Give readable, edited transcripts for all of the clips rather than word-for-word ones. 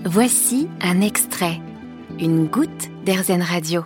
Voici un extrait, une goutte d'Airzen Radio.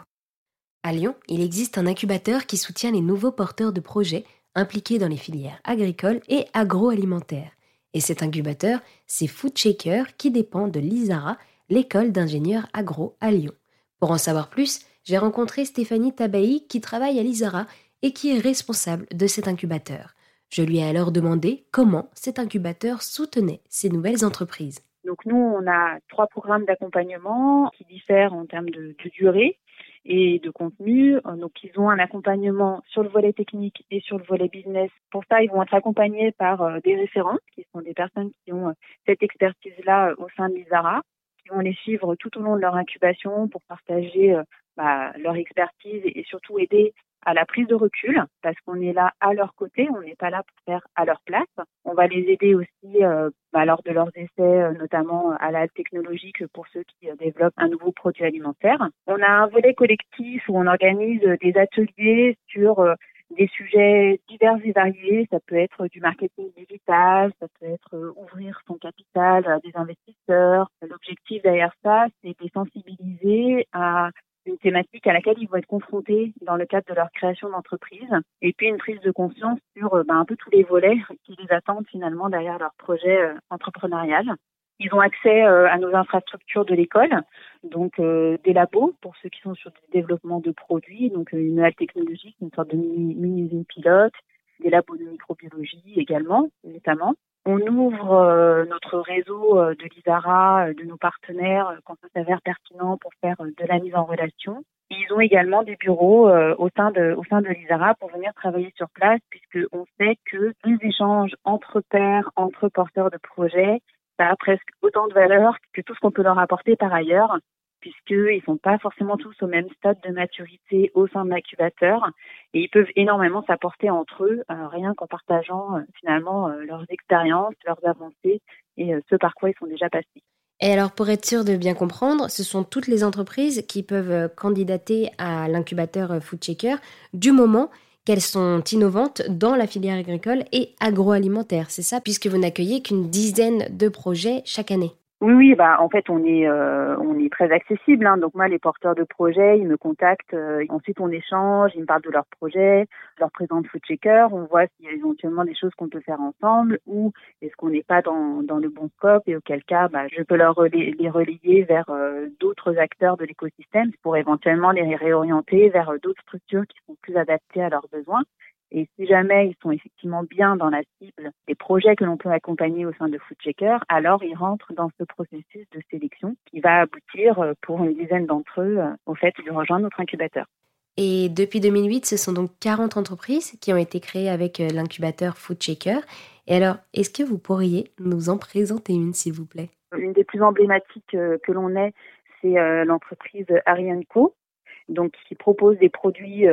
À Lyon, il existe un incubateur qui soutient les nouveaux porteurs de projets impliqués dans les filières agricoles et agroalimentaires. Et cet incubateur, c'est Foodshaker qui dépend de l'ISARA, l'école d'ingénieurs agro à Lyon. Pour en savoir plus, j'ai rencontré Stéphanie Tabahi qui travaille à l'ISARA et qui est responsable de cet incubateur. Je lui ai alors demandé comment cet incubateur soutenait ces nouvelles entreprises. Donc nous, on a 3 programmes d'accompagnement qui diffèrent en termes de durée et de contenu. Donc ils ont un accompagnement sur le volet technique et sur le volet business. Pour ça, ils vont être accompagnés par des référents, qui sont des personnes qui ont cette expertise-là au sein de l'ISARA, qui vont les suivre tout au long de leur incubation pour partager leur expertise et surtout aider à la prise de recul, parce qu'on est là à leur côté, on n'est pas là pour faire à leur place. On va les aider aussi lors de leurs essais, notamment à la technologique pour ceux qui développent un nouveau produit alimentaire. On a un volet collectif où on organise des ateliers sur des sujets divers et variés. Ça peut être du marketing digital, ça peut être ouvrir son capital à des investisseurs. L'objectif derrière ça, c'est de les sensibiliser à une thématique à laquelle ils vont être confrontés dans le cadre de leur création d'entreprise, et puis une prise de conscience sur un peu tous les volets qui les attendent finalement derrière leur projet entrepreneurial. Ils ont accès à nos infrastructures de l'école, donc des labos pour ceux qui sont sur du développement de produits, donc une halle technologique, une sorte de mini-usine pilote, des labos de microbiologie également, notamment. On ouvre notre réseau de l'ISARA, de nos partenaires, quand ça s'avère pertinent pour faire de la mise en relation. Et ils ont également des bureaux au sein de l'ISARA pour venir travailler sur place, puisqu'on sait que les échanges entre pairs, entre porteurs de projets, ça a presque autant de valeur que tout ce qu'on peut leur apporter par ailleurs, puisqu'ils ne sont pas forcément tous au même stade de maturité au sein de l'incubateur, et ils peuvent énormément s'apporter entre eux, rien qu'en partageant finalement leurs expériences, leurs avancées et ce par quoi ils sont déjà passés. Et alors, pour être sûr de bien comprendre, ce sont toutes les entreprises qui peuvent candidater à l'incubateur Foodshaker du moment qu'elles sont innovantes dans la filière agricole et agroalimentaire, c'est ça, puisque vous n'accueillez qu'une dizaine de projets chaque année. Oui, en fait, on est très accessible. Donc moi, les porteurs de projets, ils me contactent. Ensuite, on échange. Ils me parlent de leur projet. Je leur présente Foodshaker. On voit s'il y a éventuellement des choses qu'on peut faire ensemble ou est-ce qu'on n'est pas dans le bon scope. Et auquel cas, je peux les relayer vers d'autres acteurs de l'écosystème pour éventuellement les réorienter vers d'autres structures qui sont plus adaptées à leurs besoins. Et si jamais ils sont effectivement bien dans la cible des projets que l'on peut accompagner au sein de Foodshaker, alors ils rentrent dans ce processus de sélection qui va aboutir pour une dizaine d'entre eux au fait de rejoindre notre incubateur. Et depuis 2008, ce sont donc 40 entreprises qui ont été créées avec l'incubateur Foodshaker. Et alors, est-ce que vous pourriez nous en présenter une, s'il vous plaît ? Une des plus emblématiques que l'on ait, c'est l'entreprise Ariane Co, donc qui propose des produits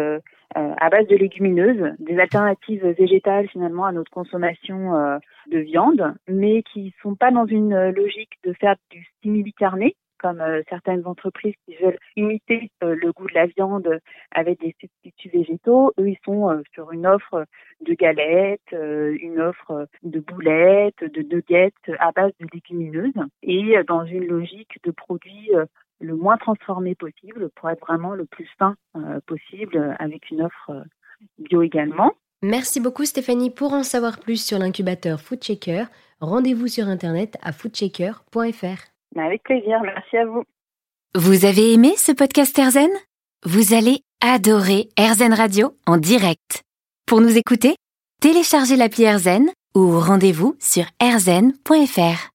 à base de légumineuses, des alternatives végétales finalement à notre consommation de viande, mais qui sont pas dans une logique de faire du simili-carné, comme certaines entreprises qui veulent imiter le goût de la viande avec des substituts végétaux. Eux, ils sont sur une offre de galettes, une offre de boulettes, de nuggets à base de légumineuses, et dans une logique de produits le moins transformé possible pour être vraiment le plus sain possible avec une offre bio également. Merci beaucoup Stéphanie. Pour en savoir plus sur l'incubateur Foodshaker, rendez-vous sur internet à foodshaker.fr. Avec plaisir, merci à vous. Vous avez aimé ce podcast Airzen ? Vous allez adorer Airzen Radio en direct. Pour nous écouter, téléchargez l'appli Airzen ou rendez-vous sur airzen.fr.